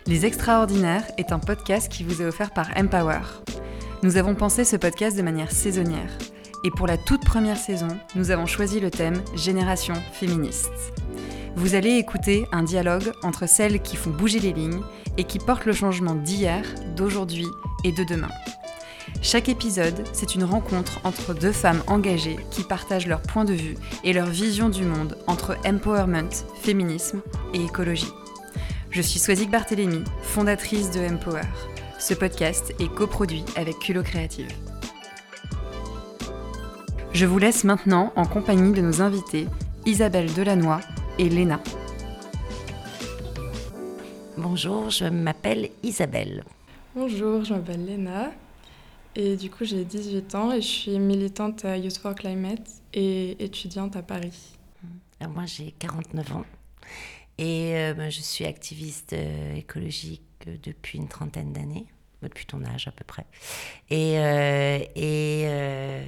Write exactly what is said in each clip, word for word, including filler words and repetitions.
Les Extraordinaires est un podcast qui vous est offert par Empower. Nous avons pensé ce podcast de manière saisonnière. Et pour la toute première saison, nous avons choisi le thème Génération féministe. Vous allez écouter un dialogue entre celles qui font bouger les lignes et qui portent le changement d'hier, d'aujourd'hui et de demain. Chaque épisode, c'est une rencontre entre deux femmes engagées qui partagent leur point de vue et leur vision du monde entre empowerment, féminisme et écologie. Je suis Swazik Barthélémy, fondatrice de Empower. Ce podcast est coproduit avec Culot Créative. Je vous laisse maintenant en compagnie de nos invités Isabelle Delannoy et Léna. Bonjour, je m'appelle Isabelle. Bonjour, je m'appelle Léna et du coup j'ai dix-huit ans et je suis militante à Youth for Climate et étudiante à Paris. Alors moi j'ai quarante-neuf ans et euh, je suis activiste euh, écologique depuis une trentaine d'années, depuis ton âge à peu près. Et, euh, et, euh,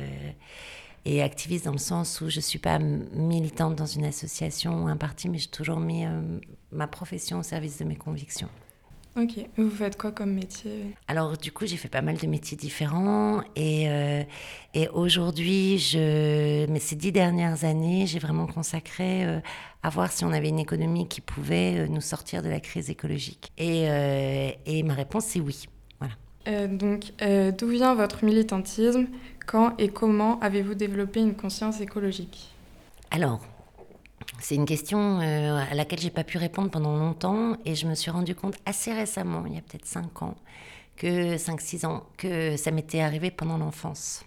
et activiste dans le sens où je ne suis pas militante dans une association ou un parti, mais j'ai toujours mis euh, ma profession au service de mes convictions. Ok, vous faites quoi comme métier ? Alors du coup j'ai fait pas mal de métiers différents et, euh, et aujourd'hui, je, mais ces dix dernières années, j'ai vraiment consacré euh, à voir si on avait une économie qui pouvait euh, nous sortir de la crise écologique. Et, euh, et ma réponse c'est oui. Voilà. Euh, donc euh, d'où vient votre militantisme ? Quand et comment avez-vous développé une conscience écologique ? Alors, c'est une question euh, à laquelle j'ai pas pu répondre pendant longtemps et je me suis rendu compte assez récemment, il y a peut-être cinq ans, que cinq six ans, que ça m'était arrivé pendant l'enfance.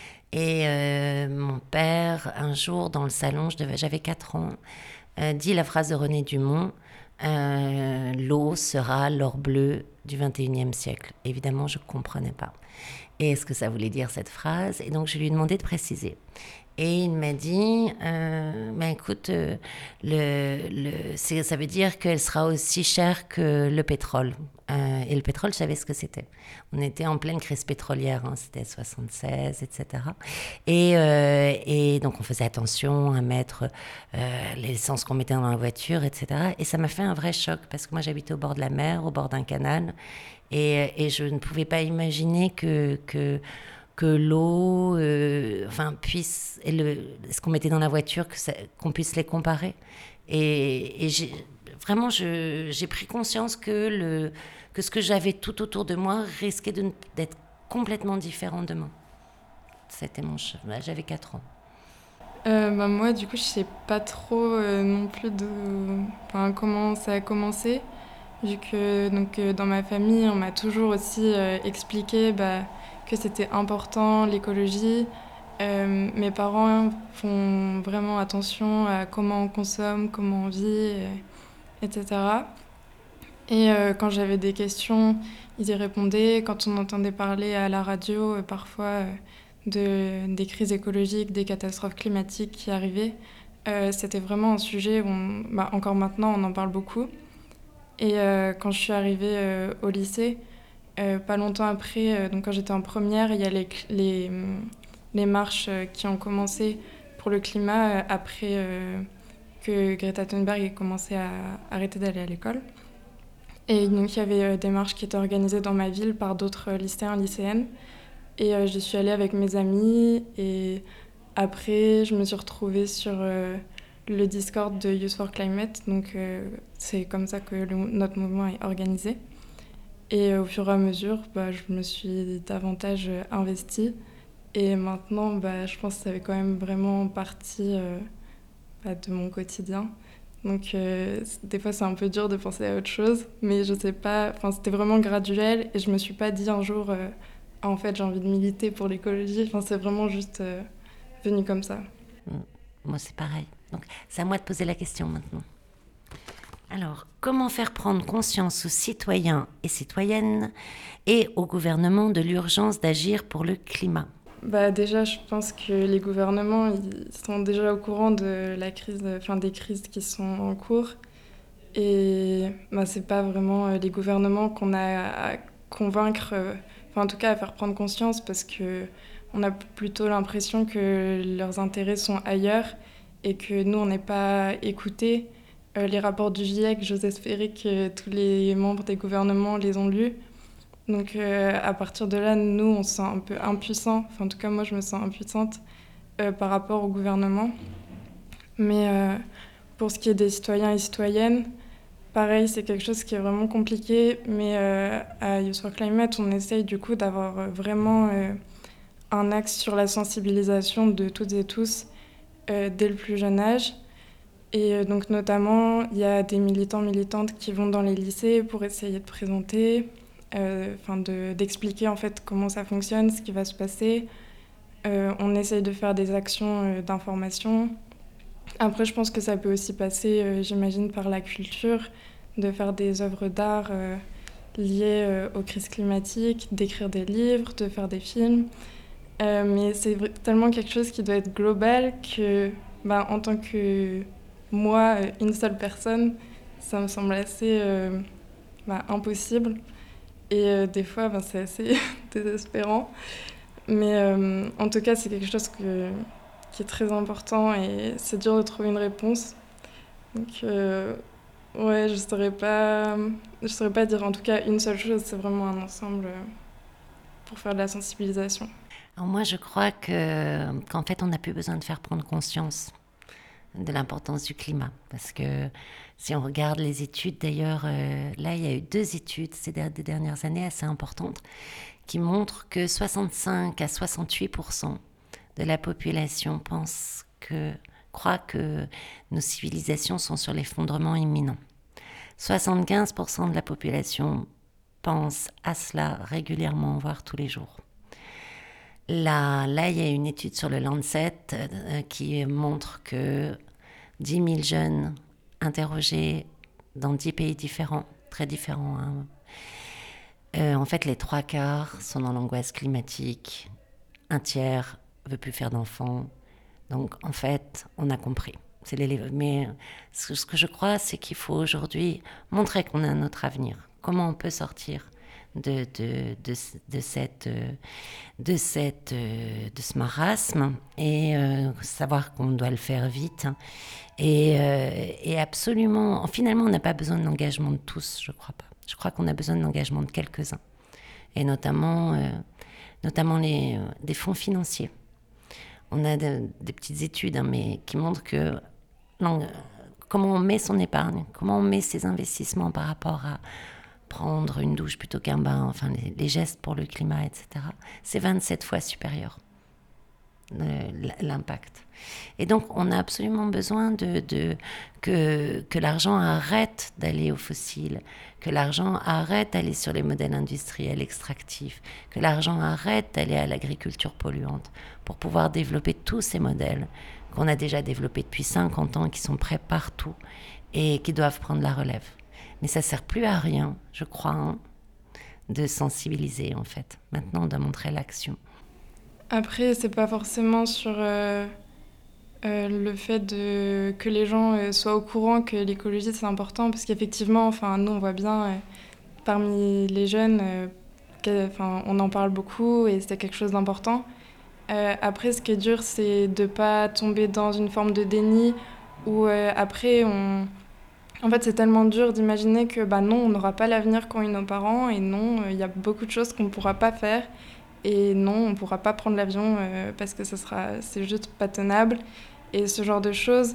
Et euh, mon père, un jour dans le salon, je devais, j'avais quatre ans, euh, dit la phrase de René Dumont, euh, « L'eau sera l'or bleu du vingt et unième siècle ». Évidemment, je ne comprenais pas. Et est-ce que ça voulait dire cette phrase ? Et donc, je lui ai demandé de préciser. Et il m'a dit, euh, ben écoute, euh, le, le, c'est, ça veut dire qu'elle sera aussi chère que le pétrole. Euh, et le pétrole, je savais ce que c'était. On était en pleine crise pétrolière, hein, c'était soixante-seize, et cetera. Et, euh, et donc, on faisait attention à mettre euh, l'essence qu'on mettait dans la voiture, et cetera. Et ça m'a fait un vrai choc, parce que moi, j'habitais au bord de la mer, au bord d'un canal, et, et je ne pouvais pas imaginer que... que que l'eau, euh, enfin, puisse, et le, ce qu'on mettait dans la voiture, que ça, qu'on puisse les comparer. Et, et j'ai, vraiment, je, j'ai pris conscience que, le, que ce que j'avais tout autour de moi risquait de, d'être complètement différent demain. C'était mon chemin. Là, j'avais quatre ans. Euh, bah moi, du coup, je sais pas trop euh, non plus de, enfin, comment ça a commencé, vu que donc, euh, dans ma famille, on m'a toujours aussi euh, expliqué bah, que c'était important, l'écologie. Euh, mes parents font vraiment attention à comment on consomme, comment on vit, euh, et cetera. Et euh, quand j'avais des questions, ils y répondaient. Quand on entendait parler à la radio, euh, parfois, euh, de, des crises écologiques, des catastrophes climatiques qui arrivaient, euh, c'était vraiment un sujet où, on, bah, encore maintenant, on en parle beaucoup. Et euh, quand je suis arrivée euh, au lycée, Euh, pas longtemps après, euh, donc quand j'étais en première, il y a les, les, les marches euh, qui ont commencé pour le climat euh, après euh, que Greta Thunberg ait commencé à arrêter d'aller à l'école. Et donc il y avait euh, des marches qui étaient organisées dans ma ville par d'autres euh, lycéens et lycéennes. Et euh, j'y suis allée avec mes amis. Et après, je me suis retrouvée sur euh, le Discord de Youth for Climate. Donc euh, c'est comme ça que le, notre mouvement est organisé. Et au fur et à mesure, bah, je me suis davantage investie. Et maintenant, bah, je pense que ça fait quand même vraiment partie euh, bah, de mon quotidien. Donc euh, des fois, c'est un peu dur de penser à autre chose. Mais je sais pas, enfin, c'était vraiment graduel. Et je me suis pas dit un jour, euh, ah, en fait, j'ai envie de militer pour l'écologie. Enfin, c'est vraiment juste euh, venu comme ça. Moi, c'est pareil. Donc, c'est à moi de poser la question maintenant. Alors, comment faire prendre conscience aux citoyens et citoyennes et au gouvernement de l'urgence d'agir pour le climat ? Bah déjà, je pense que les gouvernements ils sont déjà au courant de la crise, enfin des crises qui sont en cours. Et bah, c'est pas vraiment les gouvernements qu'on a à convaincre, enfin en tout cas à faire prendre conscience, parce que on a plutôt l'impression que leurs intérêts sont ailleurs et que nous on n'est pas écoutés. Euh, les rapports du GIEC, j'ose espérer que tous les membres des gouvernements les ont lus. Donc euh, à partir de là, nous, on se sent un peu impuissants. Enfin, en tout cas, moi, je me sens impuissante euh, par rapport au gouvernement. Mais euh, pour ce qui est des citoyens et citoyennes, pareil, c'est quelque chose qui est vraiment compliqué. Mais euh, à Youth for Climate, on essaye du coup d'avoir vraiment euh, un axe sur la sensibilisation de toutes et tous euh, dès le plus jeune âge. Et euh, donc notamment, il y a des militants, militantes qui vont dans les lycées pour essayer de présenter, euh, enfin de, d'expliquer en fait comment ça fonctionne, ce qui va se passer. Euh, on essaye de faire des actions euh, d'information. Après, je pense que ça peut aussi passer, euh, j'imagine, par la culture, de faire des œuvres d'art euh, liées euh, aux crises climatiques, d'écrire des livres, de faire des films. Euh, mais c'est tellement quelque chose qui doit être global que, bah, en tant que moi, une seule personne, ça me semble assez euh, bah, impossible. Et euh, des fois, bah, c'est assez désespérant. Mais euh, en tout cas, c'est quelque chose que, qui est très important et c'est dur de trouver une réponse. Donc, euh, ouais, je ne saurais pas, je saurais pas dire en tout cas une seule chose, c'est vraiment un ensemble pour faire de la sensibilisation. Alors moi, je crois que, qu'en fait, on n'a plus besoin de faire prendre conscience de l'importance du climat. Parce que si on regarde les études, d'ailleurs, euh, là, il y a eu deux études ces dernières années assez importantes qui montrent que soixante-cinq à soixante-huit pour cent de la population pense que, croit que nos civilisations sont sur l'effondrement imminent. soixante-quinze pour cent de la population pense à cela régulièrement, voire tous les jours. Là, là, il y a une étude sur le Lancet euh, qui montre que dix mille jeunes interrogés dans dix pays différents, très différents, hein, euh, en fait, les trois quarts sont dans l'angoisse climatique, un tiers ne veut plus faire d'enfants. Donc, en fait, on a compris. C'est les... Mais ce que je crois, c'est qu'il faut aujourd'hui montrer qu'on a notre avenir. Comment on peut sortir de, de, de, de, cette, de, cette, de ce marasme et euh, savoir qu'on doit le faire vite. Et, euh, et absolument, finalement, on n'a pas besoin de l'engagement de tous, je crois pas. Je crois qu'on a besoin de l'engagement de quelques-uns. Et notamment, euh, notamment les, euh, des fonds financiers. On a de, des petites études hein, mais qui montrent que non, comment on met son épargne, comment on met ses investissements par rapport à prendre une douche plutôt qu'un bain, enfin les, les gestes pour le climat, et cetera. C'est vingt-sept fois supérieur, euh, l'impact. Et donc, on a absolument besoin de, de, que, que l'argent arrête d'aller aux fossiles, que l'argent arrête d'aller sur les modèles industriels extractifs, que l'argent arrête d'aller à l'agriculture polluante pour pouvoir développer tous ces modèles qu'on a déjà développés depuis cinquante ans, qui sont prêts partout et qui doivent prendre la relève. Mais ça ne sert plus à rien, je crois, hein, de sensibiliser, en fait. Maintenant, on doit montrer l'action. Après, c'est pas forcément sur euh, euh, le fait de, que les gens euh, soient au courant que l'écologie, c'est important, parce qu'effectivement, enfin, nous, on voit bien, euh, parmi les jeunes, euh, que, enfin, on en parle beaucoup et c'est quelque chose d'important. Euh, après, ce qui est dur, c'est de ne pas tomber dans une forme de déni où, euh, après, on... En fait, c'est tellement dur d'imaginer que bah non, on n'aura pas l'avenir qu'ont eu nos parents et non, il y a beaucoup de choses qu'on ne pourra pas faire et non, on ne pourra pas prendre l'avion euh, parce que ce sera, c'est juste pas tenable. Et ce genre de choses,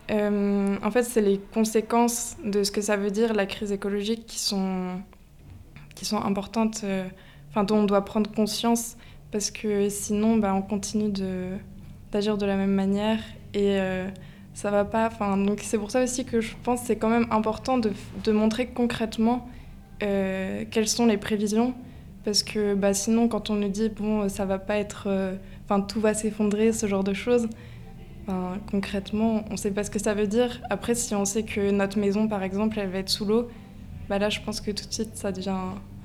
euh, en fait, c'est les conséquences de ce que ça veut dire, la crise écologique, qui sont, qui sont importantes, euh, enfin, dont on doit prendre conscience parce que sinon, bah, on continue de, d'agir de la même manière et... Euh, ça va pas, enfin, donc c'est pour ça aussi que je pense que c'est quand même important de, de montrer concrètement euh, quelles sont les prévisions, parce que bah, sinon quand on nous dit bon ça va pas être, enfin euh, tout va s'effondrer, ce genre de choses, ben, concrètement on sait pas ce que ça veut dire. Après si on sait que notre maison par exemple elle va être sous l'eau, bah là je pense que tout de suite ça devient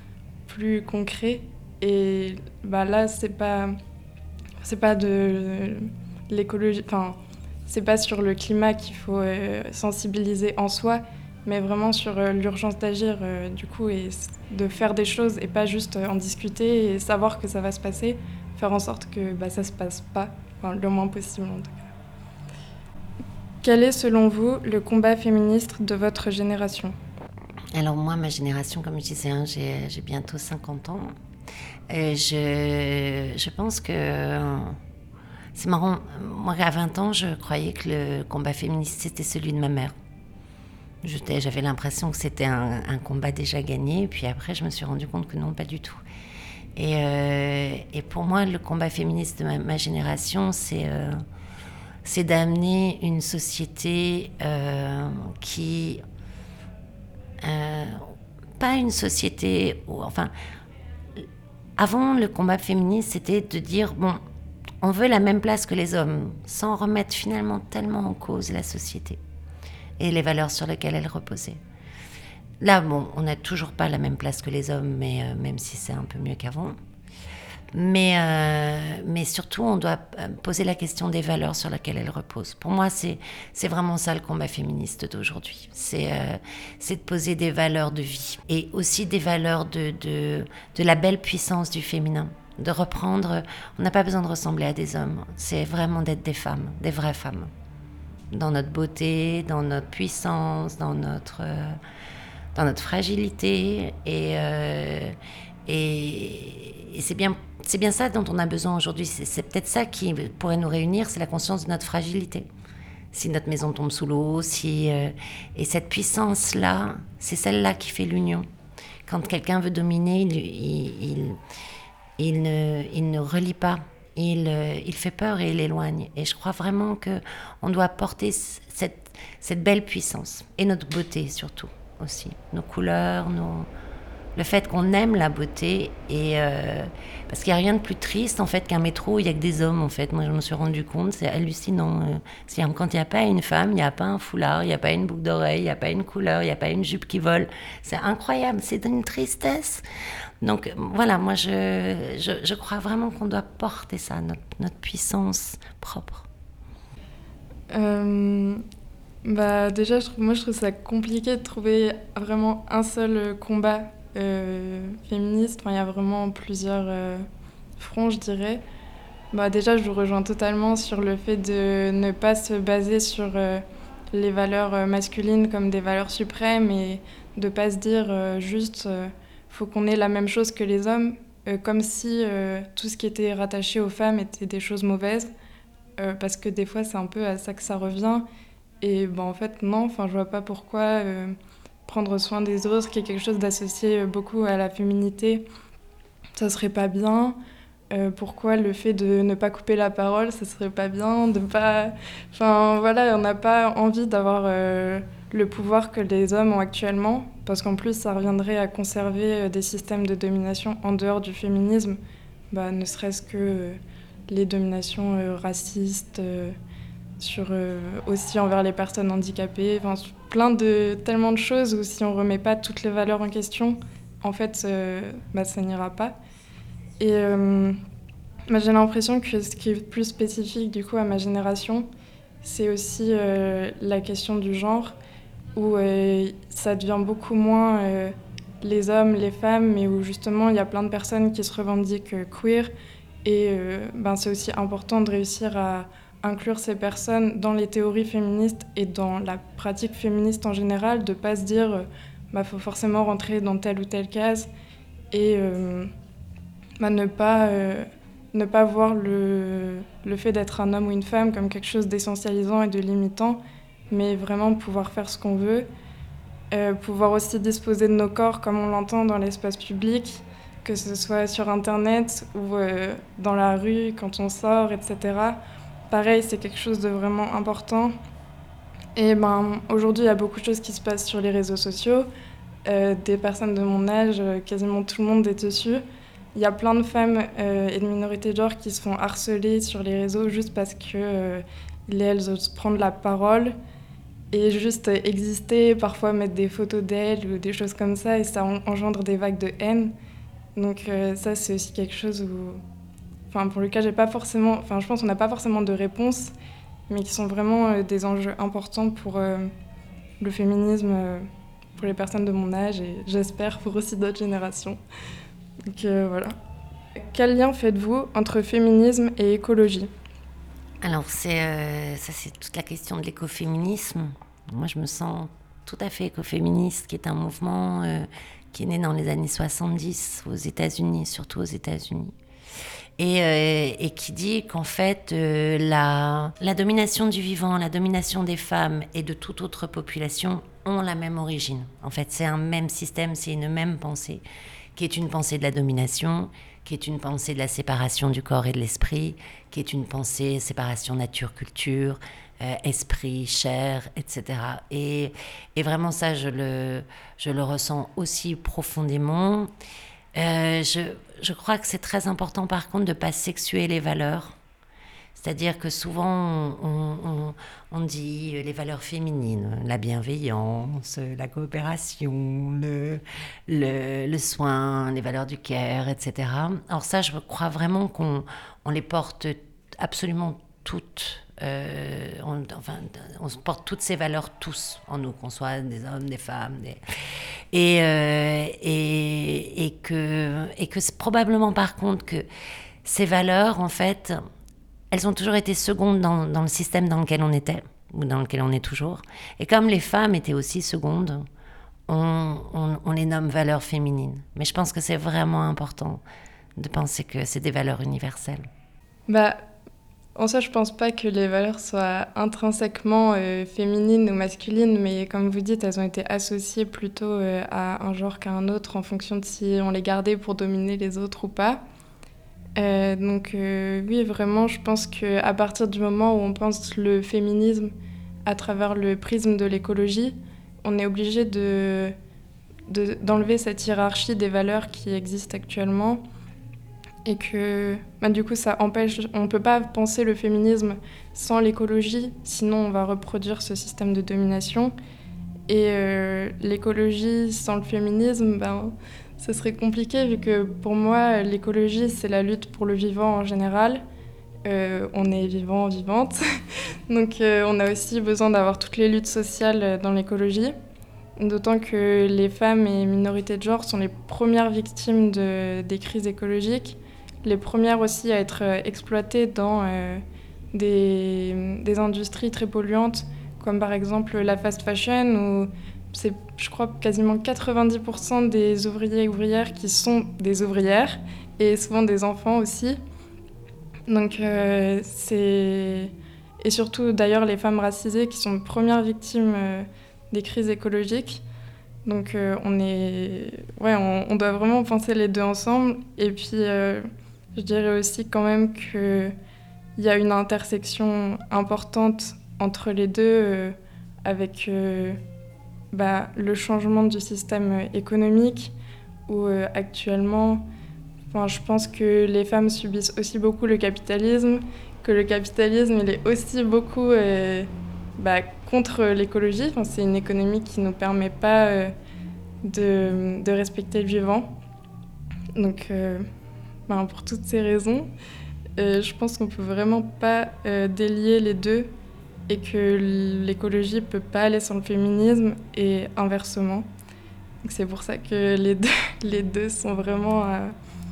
plus concret et bah là c'est pas, c'est pas de l'écologie, enfin c'est pas sur le climat qu'il faut euh, sensibiliser en soi, mais vraiment sur euh, l'urgence d'agir, euh, du coup, et de faire des choses et pas juste euh, en discuter et savoir que ça va se passer, faire en sorte que bah, ça se passe pas, enfin, le moins possible en tout cas. Quel est selon vous le combat féministe de votre génération ? Alors moi, ma génération, comme je disais, hein, j'ai, j'ai bientôt cinquante ans. Et je, je pense que... Euh, c'est marrant, moi à vingt ans, je croyais que le combat féministe, c'était celui de ma mère. J'étais, j'avais l'impression que c'était un, un combat déjà gagné, puis après je me suis rendu compte que non, pas du tout. Et, euh, et pour moi, le combat féministe de ma, ma génération, c'est, euh, c'est d'amener une société euh, qui... Euh, pas une société... Où, enfin, avant, le combat féministe, c'était de dire, bon, on veut la même place que les hommes, sans remettre finalement tellement en cause la société et les valeurs sur lesquelles elle reposait. Là, bon, on n'a toujours pas la même place que les hommes, mais euh, même si c'est un peu mieux qu'avant. Mais, euh, mais surtout, on doit poser la question des valeurs sur lesquelles elle repose. Pour moi, c'est, c'est vraiment ça le combat féministe d'aujourd'hui. C'est, euh, c'est de poser des valeurs de vie et aussi des valeurs de, de, de la belle puissance du féminin. De reprendre, on n'a pas besoin de ressembler à des hommes. C'est vraiment d'être des femmes, des vraies femmes. Dans notre beauté, dans notre puissance, dans notre, euh, dans notre fragilité. Et, euh, et, et c'est bien, c'est bien ça dont on a besoin aujourd'hui. C'est, c'est peut-être ça qui pourrait nous réunir, c'est la conscience de notre fragilité. Si notre maison tombe sous l'eau, si, euh, et cette puissance-là, c'est celle-là qui fait l'union. Quand quelqu'un veut dominer, il... il, il Il ne, il ne relie pas, il, il fait peur et il éloigne. Et je crois vraiment qu'on doit porter cette, cette belle puissance, et notre beauté surtout aussi, nos couleurs, nos... le fait qu'on aime la beauté. Et euh, parce qu'il n'y a rien de plus triste en fait qu'un métro où il n'y a que des hommes en fait. Moi je me suis rendu compte, c'est hallucinant. C'est-à-dire, quand il n'y a pas une femme, il n'y a pas un foulard, il n'y a pas une boucle d'oreille, il n'y a pas une couleur, il n'y a pas une jupe qui vole. C'est incroyable, c'est d'une tristesse. Donc voilà, moi je, je, je crois vraiment qu'on doit porter ça, notre, notre puissance propre. Euh, bah déjà, je trouve, moi je trouve ça compliqué de trouver vraiment un seul combat euh, féministe. Enfin, il y a vraiment plusieurs euh, fronts, je dirais. Bah déjà, je vous rejoins totalement sur le fait de ne pas se baser sur euh, les valeurs masculines comme des valeurs suprêmes et de ne pas se dire euh, juste... Euh, faut qu'on ait la même chose que les hommes, euh, comme si euh, tout ce qui était rattaché aux femmes était des choses mauvaises, euh, parce que des fois c'est un peu à ça que ça revient. Et ben, en fait non, enfin, je vois pas pourquoi euh, prendre soin des autres, qui est quelque chose d'associé beaucoup à la féminité, ça serait pas bien. Euh, pourquoi le fait de ne pas couper la parole, ça serait pas bien, de pas... Enfin voilà, on n'a pas envie d'avoir euh, le pouvoir que les hommes ont actuellement, parce qu'en plus ça reviendrait à conserver des systèmes de domination en dehors du féminisme, bah, ne serait-ce que euh, les dominations euh, racistes, euh, sur, euh, aussi envers les personnes handicapées, enfin, plein de, tellement de choses où si on remet pas toutes les valeurs en question, en fait euh, bah, ça n'ira pas. Et euh, bah, j'ai l'impression que ce qui est plus spécifique du coup à ma génération, c'est aussi euh, la question du genre, où euh, ça devient beaucoup moins euh, les hommes, les femmes, mais où justement il y a plein de personnes qui se revendiquent euh, queer. Et euh, ben, c'est aussi important de réussir à inclure ces personnes dans les théories féministes et dans la pratique féministe en général, de ne pas se dire euh, bah, faut forcément rentrer dans telle ou telle case et euh, bah, ne, pas, euh, ne pas voir le, le fait d'être un homme ou une femme comme quelque chose d'essentialisant et de limitant, mais vraiment pouvoir faire ce qu'on veut, euh, pouvoir aussi disposer de nos corps comme on l'entend dans l'espace public, que ce soit sur Internet ou euh, dans la rue, quand on sort, et cetera. Pareil, c'est quelque chose de vraiment important. Et ben, aujourd'hui, il y a beaucoup de choses qui se passent sur les réseaux sociaux. Euh, des personnes de mon âge, quasiment tout le monde est dessus. Il y a plein de femmes euh, et de minorités de genre qui se font harceler sur les réseaux juste parce qu'elles euh, elles osent prendre la parole et juste exister, parfois mettre des photos d'elles ou des choses comme ça, et ça engendre des vagues de haine. Donc euh, ça, c'est aussi quelque chose où, enfin, pour lequel j'ai pas forcément, enfin, je pense qu'on n'a pas forcément de réponse, mais qui sont vraiment euh, des enjeux importants pour euh, le féminisme, euh, pour les personnes de mon âge, et j'espère pour aussi d'autres générations. Donc euh, voilà. Quel lien faites-vous entre féminisme et écologie ? Alors, c'est, euh, ça, c'est toute la question de l'écoféminisme. Moi, je me sens tout à fait écoféministe, qui est un mouvement euh, qui est né dans les années soixante-dix aux États-Unis, surtout aux États-Unis. Et, euh, et qui dit qu'en fait, euh, la, la domination du vivant, la domination des femmes et de toute autre population ont la même origine. En fait, c'est un même système, c'est une même pensée, qui est une pensée de la domination, qui est une pensée de la séparation du corps et de l'esprit, qui est une pensée séparation nature-culture, euh, esprit, chair, et cetera. Et, et vraiment ça, je le, je le ressens aussi profondément. Euh, je, je crois que c'est très important par contre de ne pas sexuer les valeurs. C'est-à-dire que souvent on, on, on dit les valeurs féminines, la bienveillance, la coopération, le, le, le soin, les valeurs du care, et cetera. Alors ça, je crois vraiment qu'on on les porte absolument toutes. Euh, on, enfin, on porte toutes ces valeurs tous en nous, qu'on soit des hommes, des femmes, des... Et, euh, et, et, que, et que c'est probablement par contre que ces valeurs, en fait, elles ont toujours été secondes dans, dans le système dans lequel on était, ou dans lequel on est toujours. Et comme les femmes étaient aussi secondes, on, on, on les nomme valeurs féminines. Mais je pense que c'est vraiment important de penser que c'est des valeurs universelles. Bah, en soi, je pense pas que les valeurs soient intrinsèquement euh, féminines ou masculines, mais comme vous dites, elles ont été associées plutôt euh, à un genre qu'à un autre en fonction de si on les gardait pour dominer les autres ou pas. Euh, donc euh, oui, vraiment, je pense qu'à partir du moment où on pense le féminisme à travers le prisme de l'écologie, on est obligé de, de, d'enlever cette hiérarchie des valeurs qui existent actuellement. Et que bah, du coup ça empêche, on ne peut pas penser le féminisme sans l'écologie, sinon on va reproduire ce système de domination. Et euh, l'écologie sans le féminisme, ben, ce serait compliqué vu que pour moi l'écologie c'est la lutte pour le vivant en général. Euh, on est vivant, vivante, donc euh, on a aussi besoin d'avoir toutes les luttes sociales dans l'écologie. D'autant que les femmes et minorités de genre sont les premières victimes de, des crises écologiques, les premières aussi à être exploitées dans euh, des, des industries très polluantes, comme par exemple la fast fashion, où c'est, je crois, quasiment quatre-vingt-dix pour cent des ouvriers et ouvrières qui sont des ouvrières, et souvent des enfants aussi. Donc euh, c'est... Et surtout, d'ailleurs, les femmes racisées qui sont les premières victimes euh, des crises écologiques. Donc euh, on est... ouais, on, on doit vraiment penser les deux ensemble. Et puis... Euh, Je dirais aussi quand même qu'il y a une intersection importante entre les deux euh, avec euh, bah, le changement du système économique où euh, actuellement, je pense que les femmes subissent aussi beaucoup le capitalisme, que le capitalisme il est aussi beaucoup euh, bah, contre l'écologie. Enfin, c'est une économie qui ne nous permet pas euh, de, de respecter le vivant. Donc... Euh, Ben, pour toutes ces raisons, euh, je pense qu'on ne peut vraiment pas euh, délier les deux et que l'écologie ne peut pas aller sans le féminisme et inversement. Donc c'est pour ça que les deux, les deux sont vraiment à,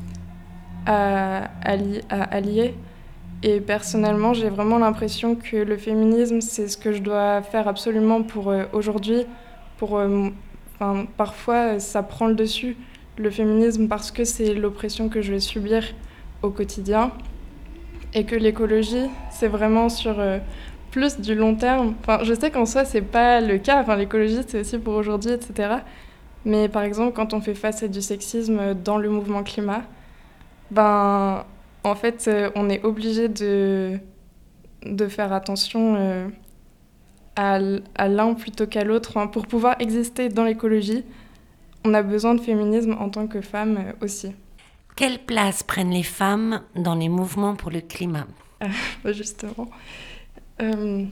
à, allier, à allier. Et personnellement, j'ai vraiment l'impression que le féminisme, c'est ce que je dois faire absolument pour euh, aujourd'hui. Pour, euh, enfin, parfois, ça prend le dessus. Le féminisme parce que c'est l'oppression que je vais subir au quotidien et que l'écologie, c'est vraiment sur euh, plus du long terme. Enfin, je sais qu'en soi, c'est pas le cas. Enfin, l'écologie, c'est aussi pour aujourd'hui, et cetera. Mais par exemple, quand on fait face à du sexisme dans le mouvement climat, ben, en fait, euh, on est obligé de, de faire attention euh, à, à l'un plutôt qu'à l'autre. Hein, pour pouvoir exister dans l'écologie, on a besoin de féminisme en tant que femme aussi. Quelle place prennent les femmes dans les mouvements pour le climat ? euh, Justement. Euh...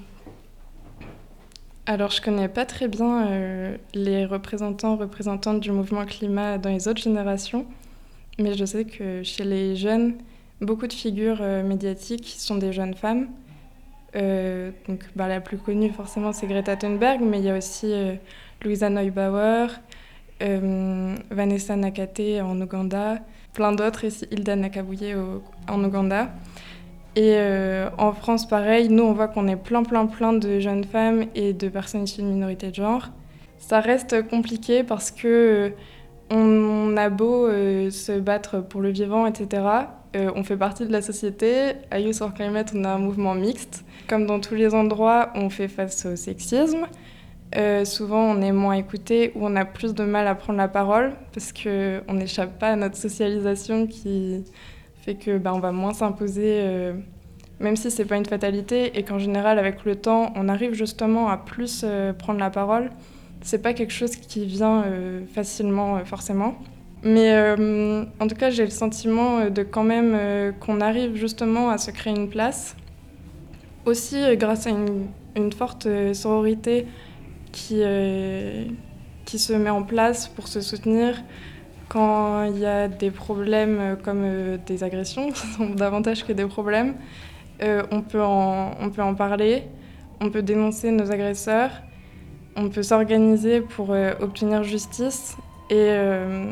Alors, je ne connais pas très bien euh, les représentants, représentantes du mouvement climat dans les autres générations, mais je sais que chez les jeunes, beaucoup de figures euh, médiatiques sont des jeunes femmes. Euh, donc, bah, la plus connue, forcément, c'est Greta Thunberg, mais il y a aussi euh, Louisa Neubauer, Euh, Vanessa Nakate en Ouganda, plein d'autres, ici Hilda Nakabuye au, en Ouganda. Et euh, en France, pareil, nous, on voit qu'on est plein, plein, plein de jeunes femmes et de personnes issues de minorités de genre. Ça reste compliqué parce que euh, on a beau euh, se battre pour le vivant, et cetera. Euh, on fait partie de la société. À Youth for Climate, on a un mouvement mixte. Comme dans tous les endroits, on fait face au sexisme. Euh, souvent, on est moins écouté ou on a plus de mal à prendre la parole parce qu'on n'échappe pas à notre socialisation qui fait que bah, on va moins s'imposer, euh, même si c'est pas une fatalité, et qu'en général, avec le temps, on arrive justement à plus euh, prendre la parole. C'est pas quelque chose qui vient euh, facilement, euh, forcément. Mais euh, en tout cas, j'ai le sentiment de quand même euh, qu'on arrive justement à se créer une place. Aussi, euh, grâce à une, une forte euh, sororité qui, euh, qui se met en place pour se soutenir quand il y a des problèmes comme euh, des agressions, qui sont davantage que des problèmes. Euh, on peut en, on peut en parler, on peut dénoncer nos agresseurs, on peut s'organiser pour euh, obtenir justice. Et euh,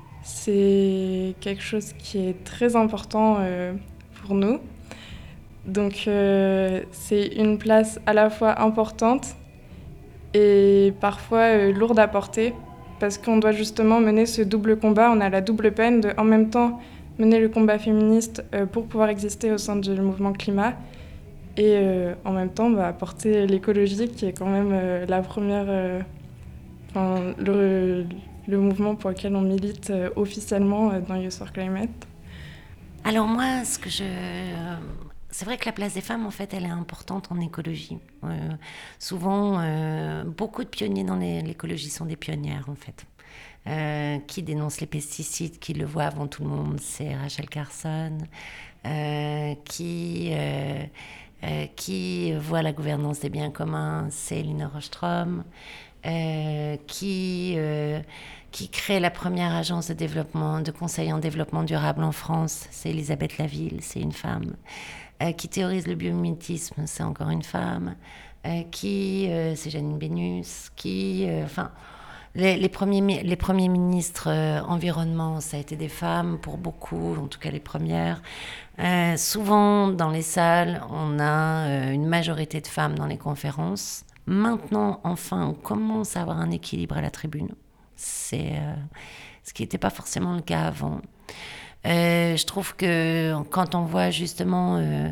c'est quelque chose qui est très important euh, pour nous. Donc euh, c'est une place à la fois importante et parfois euh, lourde à porter, parce qu'on doit justement mener ce double combat. On a la double peine de, en même temps, mener le combat féministe euh, pour pouvoir exister au sein du mouvement climat, et euh, en même temps bah, porter l'écologie, qui est quand même euh, la première, euh, enfin, le, le mouvement pour lequel on milite euh, officiellement euh, dans Youth for Climate. Alors moi, ce que je... C'est vrai que la place des femmes, en fait, elle est importante en écologie. Euh, souvent, euh, beaucoup de pionniers dans les, l'écologie sont des pionnières, en fait. Euh, qui dénonce les pesticides, qui le voit avant tout le monde, c'est Rachel Carson. Euh, qui, euh, euh, qui voit la gouvernance des biens communs, c'est Elinor Ostrom. Euh, qui, euh, qui crée la première agence de développement, de conseil en développement durable en France, c'est Elisabeth Laville, c'est une femme. Euh, qui théorise le biomimétisme, c'est encore une femme. Euh, qui, euh, c'est Janine Bénus, qui, euh, enfin, les, les, premiers, les premiers ministres euh, environnement, ça a été des femmes pour beaucoup, en tout cas les premières. Euh, souvent, dans les salles, on a euh, une majorité de femmes dans les conférences. Maintenant, enfin, on commence à avoir un équilibre à la tribune. C'est euh, ce qui n'était pas forcément le cas avant. Euh, je trouve que quand on voit justement, euh,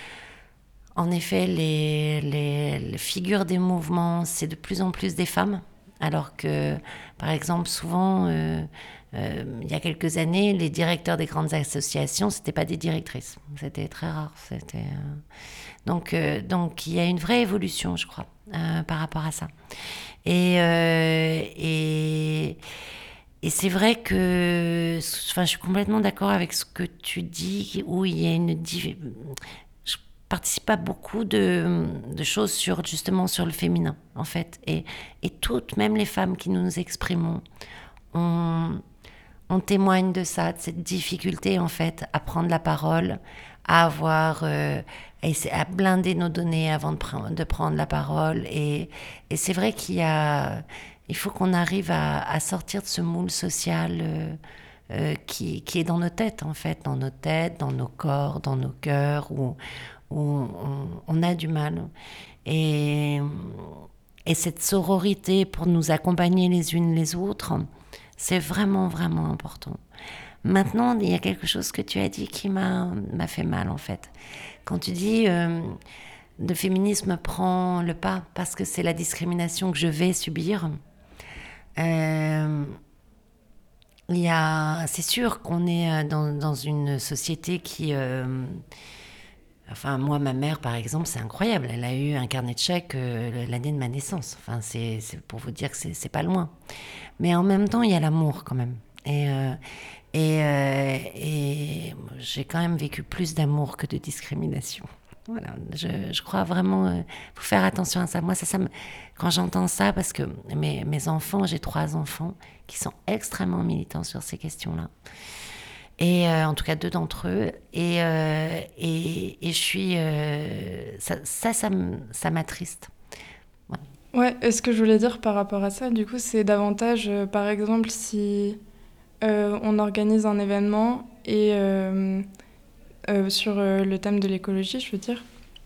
en effet, les, les, les figures des mouvements, c'est de plus en plus des femmes. Alors que, par exemple, souvent, euh, euh, il y a quelques années, les directeurs des grandes associations, c'était pas des directrices. C'était très rare. C'était, euh... donc, euh, donc, il y a une vraie évolution, je crois, euh, par rapport à ça. Et, euh, et, et c'est vrai que, enfin, je suis complètement d'accord avec ce que tu dis, où il y a une div... je participe à beaucoup de, de choses sur, justement, sur le féminin, en fait. Et, et toutes, même les femmes qui nous exprimons, on, on témoigne de ça, de cette difficulté, en fait, à prendre la parole, à avoir, euh, à blinder nos données avant de, pre- de prendre la parole. Et, et c'est vrai qu'il y a, il faut qu'on arrive à, à sortir de ce moule social euh, euh, qui, qui est dans nos têtes, en fait, dans nos têtes, dans nos corps, dans nos cœurs, où, où on, on a du mal. Et, et cette sororité pour nous accompagner les unes les autres, c'est vraiment, vraiment important. Maintenant, il y a quelque chose que tu as dit qui m'a, m'a fait mal, en fait. Quand tu dis euh, le féminisme prend le pas parce que c'est la discrimination que je vais subir, euh, il y a, c'est sûr qu'on est dans, dans une société qui... Euh, enfin, moi, ma mère, par exemple, c'est incroyable. Elle a eu un carnet de chèques euh, l'année de ma naissance. Enfin, c'est, c'est pour vous dire que c'est, c'est pas loin. Mais en même temps, il y a l'amour, quand même. Et... Euh, Et, euh, et j'ai quand même vécu plus d'amour que de discrimination. Voilà, je, je crois vraiment, il euh, faut faire attention à ça. Moi, ça, ça me, quand j'entends ça, parce que mes, mes enfants, j'ai trois enfants qui sont extrêmement militants sur ces questions-là. Et euh, en tout cas, deux d'entre eux. Et, euh, et, et je suis... Euh, ça, ça, ça, ça m'attriste. Voilà. Ouais, et ce que je voulais dire par rapport à ça, du coup, c'est davantage, euh, par exemple, si... Euh, on organise un événement et euh, euh, sur euh, le thème de l'écologie, je veux dire.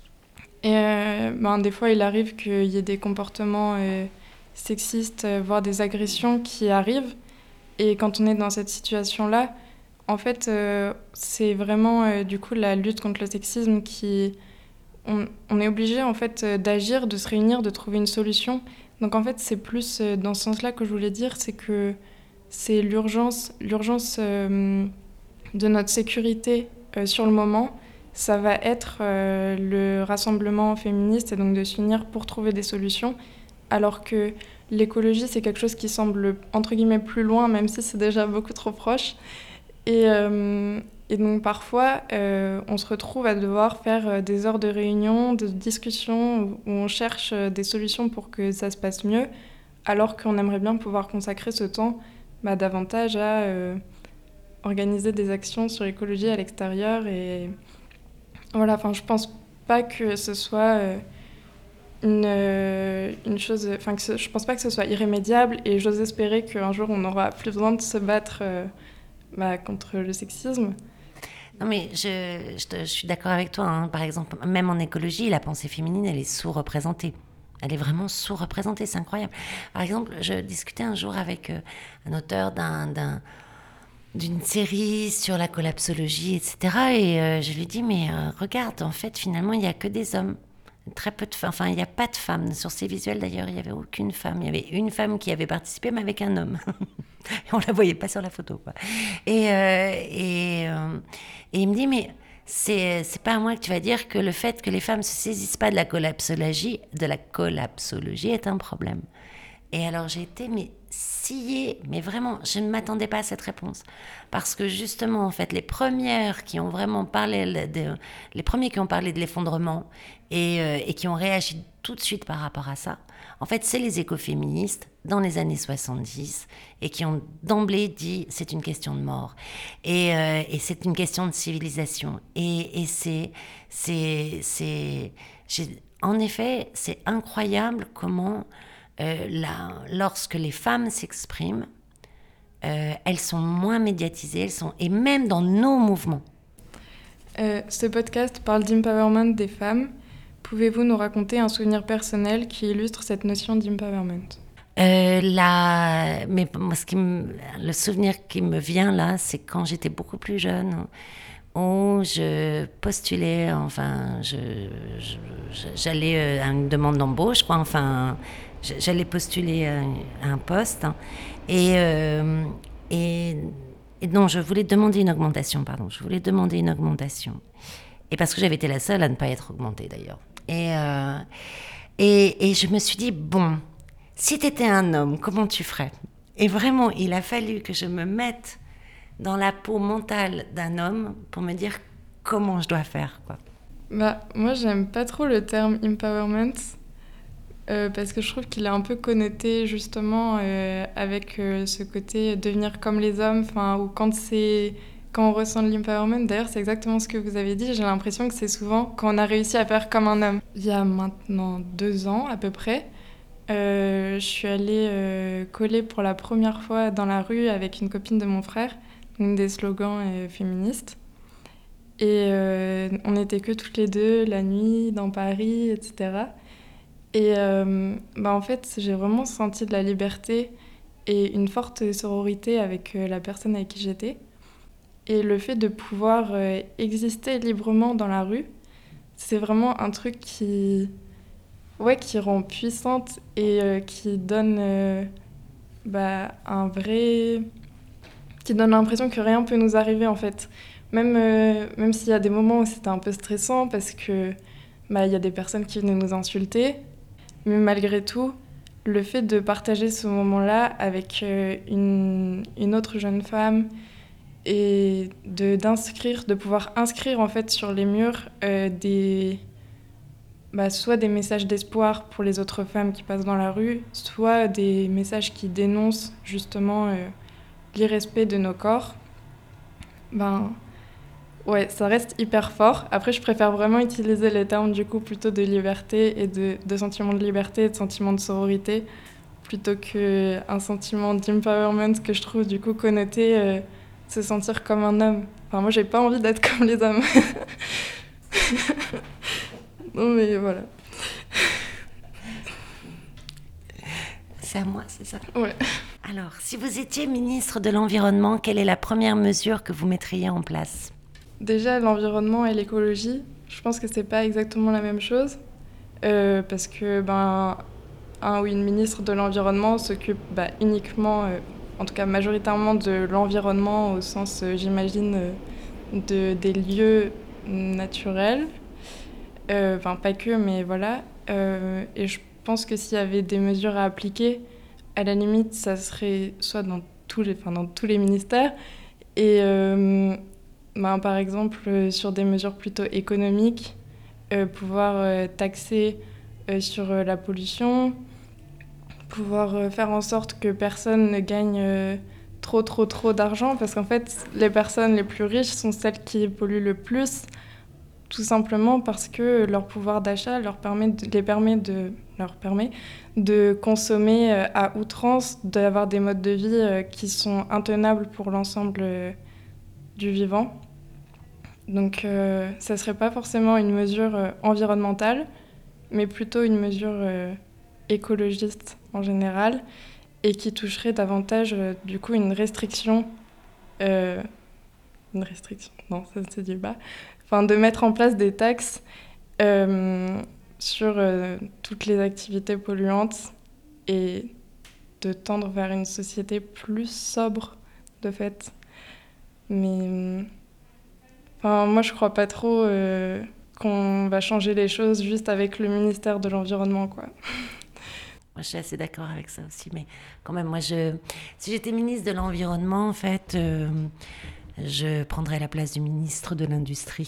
Et euh, ben, des fois, il arrive qu'il y ait des comportements euh, sexistes, euh, voire des agressions qui arrivent. Et quand on est dans cette situation-là, en fait, euh, c'est vraiment euh, du coup la lutte contre le sexisme qui... On, on est obligé en fait euh, d'agir, de se réunir, de trouver une solution. Donc en fait, c'est plus euh, dans ce sens-là que je voulais dire, c'est que c'est l'urgence, l'urgence euh, de notre sécurité euh, sur le moment. Ça va être euh, le rassemblement féministe et donc de s'unir pour trouver des solutions. Alors que l'écologie, c'est quelque chose qui semble entre guillemets plus loin, même si c'est déjà beaucoup trop proche. Et, euh, et donc parfois, euh, on se retrouve à devoir faire des heures de réunion, de discussion, où on cherche des solutions pour que ça se passe mieux, alors qu'on aimerait bien pouvoir consacrer ce temps bah, davantage à euh, organiser des actions sur l'écologie à l'extérieur. Et voilà, enfin, je pense pas que ce soit euh, une, euh, une chose... Enfin, je pense pas que ce soit irrémédiable, et j'ose espérer qu'un jour, on n'aura plus besoin de se battre... Euh, Bah, contre le sexisme. Non mais je, je, te, je suis d'accord avec toi, hein. Par exemple, même en écologie, la pensée féminine, elle est sous-représentée. Elle est vraiment sous-représentée, c'est incroyable. Par exemple, je discutais un jour avec euh, un auteur d'un, d'un, d'une série sur la collapsologie, et cetera. Et euh, je lui dis, mais euh, regarde, en fait, finalement, il n'y a que des hommes. Très peu de femmes, enfin il n'y a pas de femmes. Sur ces visuels d'ailleurs, il n'y avait aucune femme. Il y avait une femme qui avait participé, mais avec un homme. On ne la voyait pas sur la photo, quoi. Et, euh, et, euh, et il me dit, mais c'est, c'est pas à moi que tu vas dire que le fait que les femmes ne se saisissent pas de la collapsologie, de la collapsologie est un problème. Et alors j'ai été mais sciée, mais vraiment, je ne m'attendais pas à cette réponse. Parce que justement, en fait, les premières qui ont vraiment parlé, de, les premiers qui ont parlé de l'effondrement et, euh, et qui ont réagi tout de suite par rapport à ça, en fait, c'est les écoféministes dans les années soixante-dix et qui ont d'emblée dit c'est une question de mort et, euh, et c'est une question de civilisation. Et, et c'est, c'est, c'est, j'ai, en effet, c'est incroyable comment... Euh, là, lorsque les femmes s'expriment, euh, elles sont moins médiatisées, elles sont, et même dans nos mouvements. Euh, ce podcast parle d'empowerment des femmes. Pouvez-vous nous raconter un souvenir personnel qui illustre cette notion d'empowerment ? euh, la... Mais moi, ce qui me... Le souvenir qui me vient là, c'est quand j'étais beaucoup plus jeune, où je postulais, enfin, je, je, j'allais à une demande d'embauche, quoi, enfin... J'allais postuler à un poste et, euh, et, et non, je voulais demander une augmentation, pardon, je voulais demander une augmentation. Et parce que j'avais été la seule à ne pas être augmentée d'ailleurs. Et, euh, et, et je me suis dit, bon, si tu étais un homme, comment tu ferais ? Et vraiment, il a fallu que je me mette dans la peau mentale d'un homme pour me dire comment je dois faire, quoi. Bah, moi, j'aime pas trop le terme empowerment. Euh, parce que je trouve qu'il est un peu connoté justement euh, avec euh, ce côté devenir comme les hommes, ou quand, c'est, quand on ressent de l'empowerment. D'ailleurs, c'est exactement ce que vous avez dit. J'ai l'impression que c'est souvent quand on a réussi à faire comme un homme. Il y a maintenant deux ans à peu près, euh, je suis allée euh, coller pour la première fois dans la rue avec une copine de mon frère, donc des slogans euh, féministes. Et euh, on n'était que toutes les deux la nuit dans Paris, et cetera. Et euh, bah en fait, j'ai vraiment senti de la liberté et une forte sororité avec euh, la personne avec qui j'étais. Et le fait de pouvoir euh, exister librement dans la rue, c'est vraiment un truc qui, ouais, qui rend puissante et euh, qui donne euh, bah, un vrai... qui donne l'impression que rien peut nous arriver, en fait. Même, euh, même s'il y a des moments où c'était un peu stressant parce que bah, y a des personnes qui venaient nous insulter. Mais malgré tout, le fait de partager ce moment-là avec euh, une, une autre jeune femme et de, d'inscrire, de pouvoir inscrire en fait sur les murs euh, des, bah, soit des messages d'espoir pour les autres femmes qui passent dans la rue, soit des messages qui dénoncent justement euh, l'irrespect de nos corps, ben... Ouais, ça reste hyper fort. Après, je préfère vraiment utiliser les termes du coup plutôt de liberté et de, de sentiment de liberté et de sentiment de sororité plutôt qu'un sentiment d'empowerment que je trouve du coup connoté euh, se sentir comme un homme. Enfin, moi, j'ai pas envie d'être comme les hommes. Non, mais voilà. C'est à moi, c'est ça ? Ouais. Alors, si vous étiez ministre de l'Environnement, quelle est la première mesure que vous mettriez en place ? Déjà, l'environnement et l'écologie, je pense que c'est pas exactement la même chose. Euh, parce que, ben, un ou une ministre de l'Environnement s'occupe bah, uniquement, euh, en tout cas majoritairement, de l'environnement au sens, euh, j'imagine, euh, de, des lieux naturels. Euh, enfin, pas que, mais voilà. Euh, et je pense que s'il y avait des mesures à appliquer, à la limite, ça serait soit dans tous les, enfin, dans tous les ministères. Et euh, ben, par exemple, euh, sur des mesures plutôt économiques, euh, pouvoir euh, taxer euh, sur euh, la pollution, pouvoir euh, faire en sorte que personne ne gagne euh, trop, trop, trop d'argent, parce qu'en fait, les personnes les plus riches sont celles qui polluent le plus, tout simplement parce que leur pouvoir d'achat leur permet de, les permet de, leur permet de consommer euh, à outrance, d'avoir des modes de vie euh, qui sont intenables pour l'ensemble euh, du vivant. Donc euh, ça ne serait pas forcément une mesure euh, environnementale, mais plutôt une mesure euh, écologiste en général, et qui toucherait davantage euh, du coup une restriction, euh, une restriction, non ça ne se dit pas, enfin de mettre en place des taxes euh, sur euh, toutes les activités polluantes et de tendre vers une société plus sobre de fait. Mais enfin, moi je crois pas trop euh, qu'on va changer les choses juste avec le ministère de l'Environnement, quoi. Moi, je suis assez d'accord avec ça aussi, mais quand même, moi, je, si j'étais ministre de l'Environnement, en fait, euh, je prendrais la place du ministre de l'Industrie.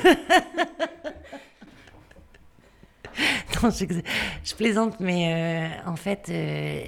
Non, je, je plaisante, mais euh, en fait, euh,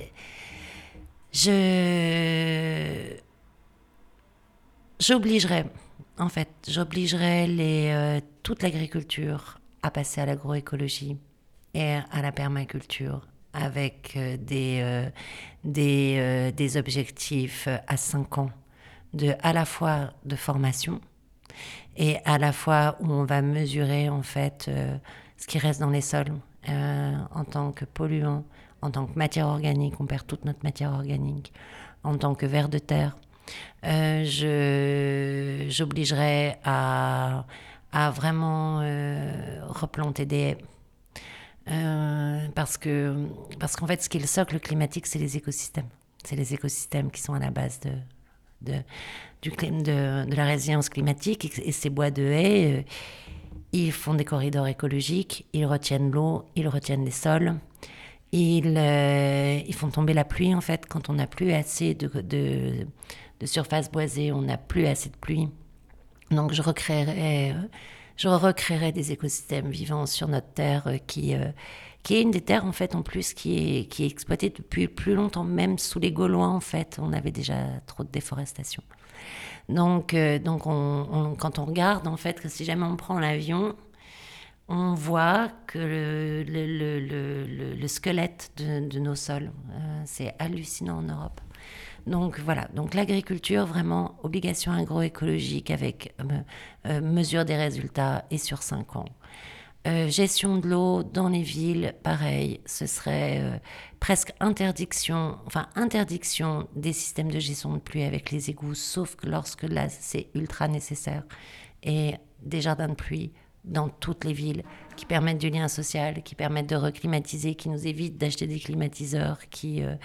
je j'obligerais, en fait, j'obligerais les euh, toute l'agriculture à passer à l'agroécologie et à la permaculture, avec euh, des, euh, des, euh, des objectifs à cinq ans, de, à la fois de formation et à la fois où on va mesurer en fait euh, ce qui reste dans les sols euh, en tant que polluant, en tant que matière organique, on perd toute notre matière organique, en tant que vers de terre. Euh, je, j'obligerais à, à vraiment euh, replanter des haies. Euh, parce que parce qu'en fait ce qui est le socle climatique, c'est les écosystèmes, c'est les écosystèmes qui sont à la base de de du de, de la résilience climatique, et, et ces bois de haies, euh, ils font des corridors écologiques, ils retiennent l'eau, ils retiennent les sols, ils euh, ils font tomber la pluie en fait quand on n'a plus assez de de de surface boisée, on n'a plus assez de pluie. Donc je recréerais euh, Je recréerai des écosystèmes vivants sur notre terre euh, qui, euh, qui est une des terres en fait en plus qui est, qui est exploitée depuis plus longtemps, même sous les Gaulois en fait, on avait déjà trop de déforestation. Donc, euh, donc on, on, quand on regarde en fait que si jamais on prend l'avion, on voit que le, le, le, le, le, le squelette de, de nos sols, euh, c'est hallucinant en Europe. Donc voilà, donc l'agriculture, vraiment obligation agroécologique avec euh, euh, mesure des résultats et sur cinq ans. Euh, gestion de l'eau dans les villes, pareil, ce serait euh, presque interdiction, enfin interdiction des systèmes de gestion de pluie avec les égouts, sauf que lorsque là c'est ultra nécessaire, et des jardins de pluie dans toutes les villes, qui permettent du lien social, qui permettent de reclimatiser, qui nous évitent d'acheter des climatiseurs, qui... Euh,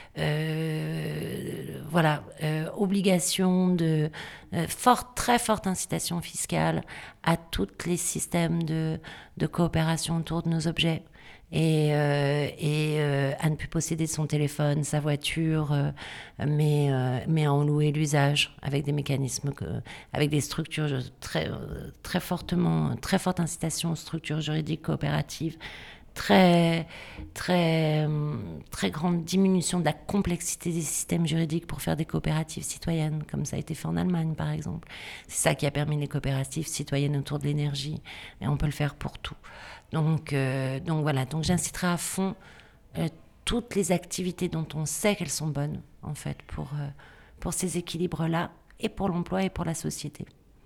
euh, voilà, euh, obligation de... Euh, forte, très forte incitation fiscale à tous les systèmes de, de coopération autour de nos objets. Et, euh, et euh, à ne plus posséder son téléphone, sa voiture, euh, mais, euh, mais à en louer l'usage avec des mécanismes, que, avec des structures très, très fortement, très forte incitation aux structures juridiques coopératives, très, très, très grande diminution de la complexité des systèmes juridiques pour faire des coopératives citoyennes, comme ça a été fait en Allemagne par exemple. C'est ça qui a permis les coopératives citoyennes autour de l'énergie, et on peut le faire pour tout. Donc, euh, donc voilà, donc j'inciterai à fond euh, toutes les activités dont on sait qu'elles sont bonnes, en fait, pour, euh, pour ces équilibres-là, et pour l'emploi et pour la société.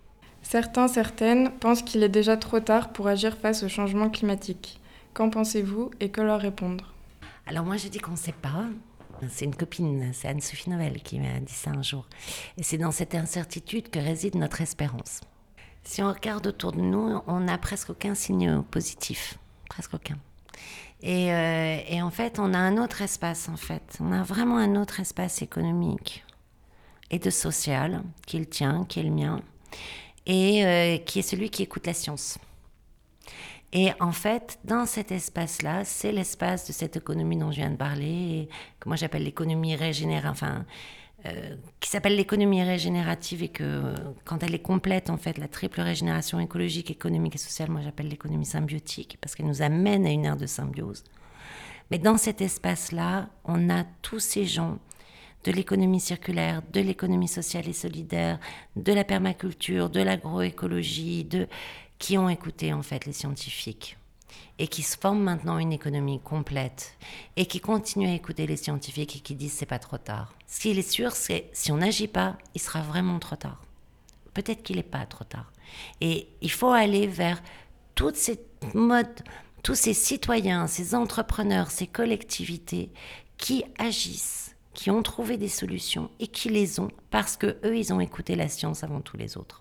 Certains, certaines pensent qu'il est déjà trop tard pour agir face au changement climatique. Qu'en pensez-vous et que leur répondre ? Alors moi, je dis qu'on ne sait pas. C'est une copine, c'est Anne-Sophie Novelle qui m'a dit ça un jour. Et c'est dans cette incertitude que réside notre espérance. Si on regarde autour de nous, on n'a presque aucun signe positif. Presque aucun. Et, euh, et en fait, on a un autre espace, en fait. On a vraiment un autre espace économique et de social, qui est le tien, qui est le mien, et euh, qui est celui qui écoute la science. Et en fait, dans cet espace-là, c'est l'espace de cette économie dont je viens de parler, et que moi j'appelle l'économie régénérative, enfin, euh, qui s'appelle l'économie régénérative, et que euh, quand elle est complète, en fait, la triple régénération écologique, économique et sociale, moi j'appelle l'économie symbiotique, parce qu'elle nous amène à une ère de symbiose. Mais dans cet espace-là, on a tous ces gens de l'économie circulaire, de l'économie sociale et solidaire, de la permaculture, de l'agroécologie, de... qui ont écouté en fait les scientifiques et qui se forment maintenant une économie complète et qui continuent à écouter les scientifiques et qui disent c'est pas trop tard. Ce qui est sûr, c'est si on n'agit pas, il sera vraiment trop tard. Peut-être qu'il n'est pas trop tard. Et il faut aller vers toutes ces modes, tous ces citoyens, ces entrepreneurs, ces collectivités qui agissent, qui ont trouvé des solutions et qui les ont parce que eux ils ont écouté la science avant tous les autres.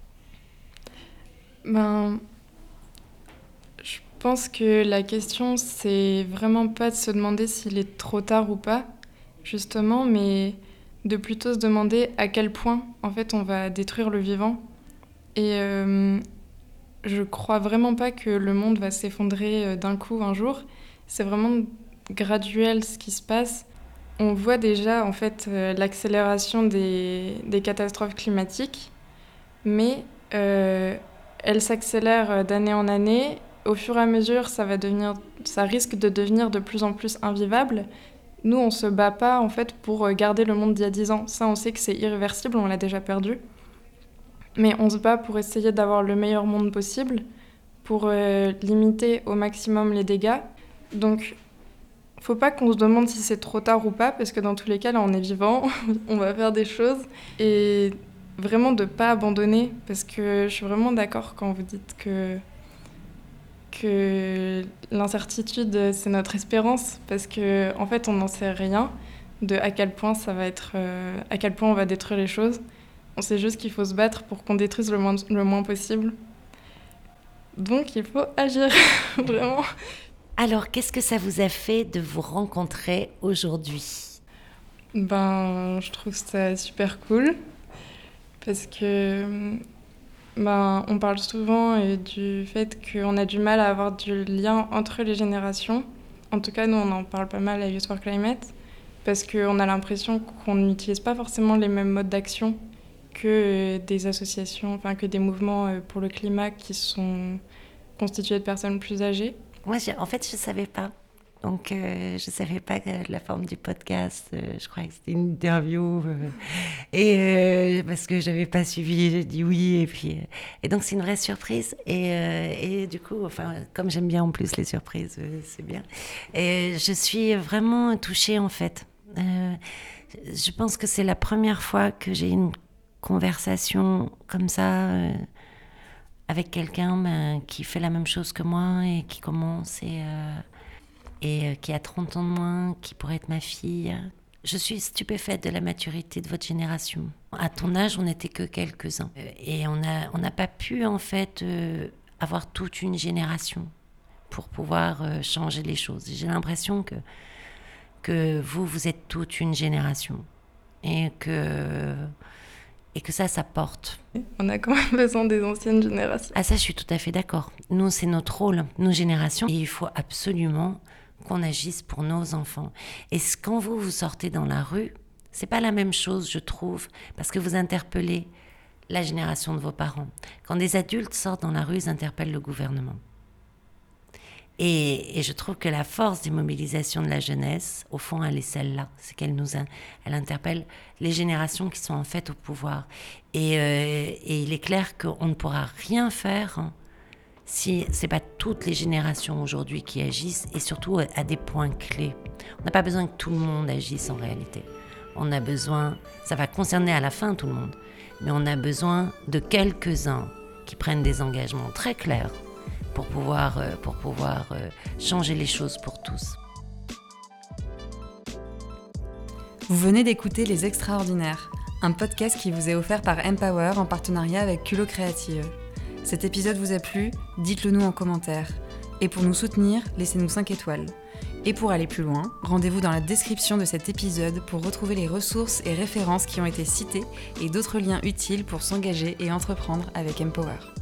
Ben, je pense que la question, c'est vraiment pas de se demander s'il est trop tard ou pas, justement, mais de plutôt se demander à quel point, en fait, on va détruire le vivant. Et euh, je crois vraiment pas que le monde va s'effondrer d'un coup un jour. C'est vraiment graduel ce qui se passe. On voit déjà, en fait, euh, l'accélération des, des catastrophes climatiques, mais... Euh, elle s'accélère d'année en année. Au fur et à mesure, ça va devenir, ça risque de devenir de plus en plus invivable. Nous, on se bat pas en fait pour garder le monde d'il y a dix ans. Ça, on sait que c'est irréversible, on l'a déjà perdu. Mais on se bat pour essayer d'avoir le meilleur monde possible, pour euh, limiter au maximum les dégâts. Donc, faut pas qu'on se demande si c'est trop tard ou pas, parce que dans tous les cas, là, on est vivant, on va faire des choses. Et vraiment de ne pas abandonner, parce que je suis vraiment d'accord quand vous dites que, que l'incertitude, c'est notre espérance, parce qu'en en fait, on n'en sait rien de à quel point ça va être, euh, à quel point on va détruire les choses. On sait juste qu'il faut se battre pour qu'on détruise le moins, le moins possible. Donc, il faut agir, vraiment. Alors, qu'est-ce que ça vous a fait de vous rencontrer aujourd'hui ? Ben, je trouve ça super cool. Parce que ben, on parle souvent euh, du fait qu'on a du mal à avoir du lien entre les générations. En tout cas, nous, on en parle pas mal à Youth for Climate, parce qu'on a l'impression qu'on n'utilise pas forcément les mêmes modes d'action que euh, des associations, enfin que des mouvements euh, pour le climat qui sont constitués de personnes plus âgées. Moi, en fait, je ne savais pas. Donc, euh, je ne savais pas la forme du podcast. Euh, je croyais que c'était une interview. Euh, et euh, parce que je n'avais pas suivi, j'ai dit oui. Et, puis, euh, et donc, c'est une vraie surprise. Et, euh, et du coup, enfin, comme j'aime bien en plus les surprises, euh, c'est bien. Et je suis vraiment touchée, en fait. Euh, je pense que c'est la première fois que j'ai une conversation comme ça euh, avec quelqu'un ben, qui fait la même chose que moi et qui commence et... Euh, et qui a trente ans de moins, qui pourrait être ma fille. Je suis stupéfaite de la maturité de votre génération. À ton âge, on n'était que quelques-uns. Et on n'a on n'a pas pu, en fait, euh, avoir toute une génération pour pouvoir euh, changer les choses. J'ai l'impression que, que vous, vous êtes toute une génération. Et que, et que ça, ça porte. On a quand même besoin des anciennes générations. Ah ça, je suis tout à fait d'accord. Nous, c'est notre rôle, nos générations. Et il faut absolument... qu'on agisse pour nos enfants. Et quand vous, vous sortez dans la rue, c'est pas la même chose, je trouve, parce que vous interpellez la génération de vos parents. Quand des adultes sortent dans la rue, ils interpellent le gouvernement. Et, et je trouve que la force des mobilisations de la jeunesse, au fond, elle est celle-là. C'est qu'elle nous a, elle interpelle les générations qui sont en fait au pouvoir. Et, euh, et il est clair qu'on ne pourra rien faire hein, si ce n'est pas toutes les générations aujourd'hui qui agissent, et surtout à des points clés. On n'a pas besoin que tout le monde agisse en réalité. On a besoin, ça va concerner à la fin tout le monde, mais on a besoin de quelques-uns qui prennent des engagements très clairs pour pouvoir, euh, pour pouvoir euh, changer les choses pour tous. Vous venez d'écouter Les Extraordinaires, un podcast qui vous est offert par Empower en partenariat avec Culot Créative. Cet épisode vous a plu ? Dites-le nous en commentaire. Et pour nous soutenir, laissez-nous cinq étoiles. Et pour aller plus loin, rendez-vous dans la description de cet épisode pour retrouver les ressources et références qui ont été citées et d'autres liens utiles pour s'engager et entreprendre avec Empower.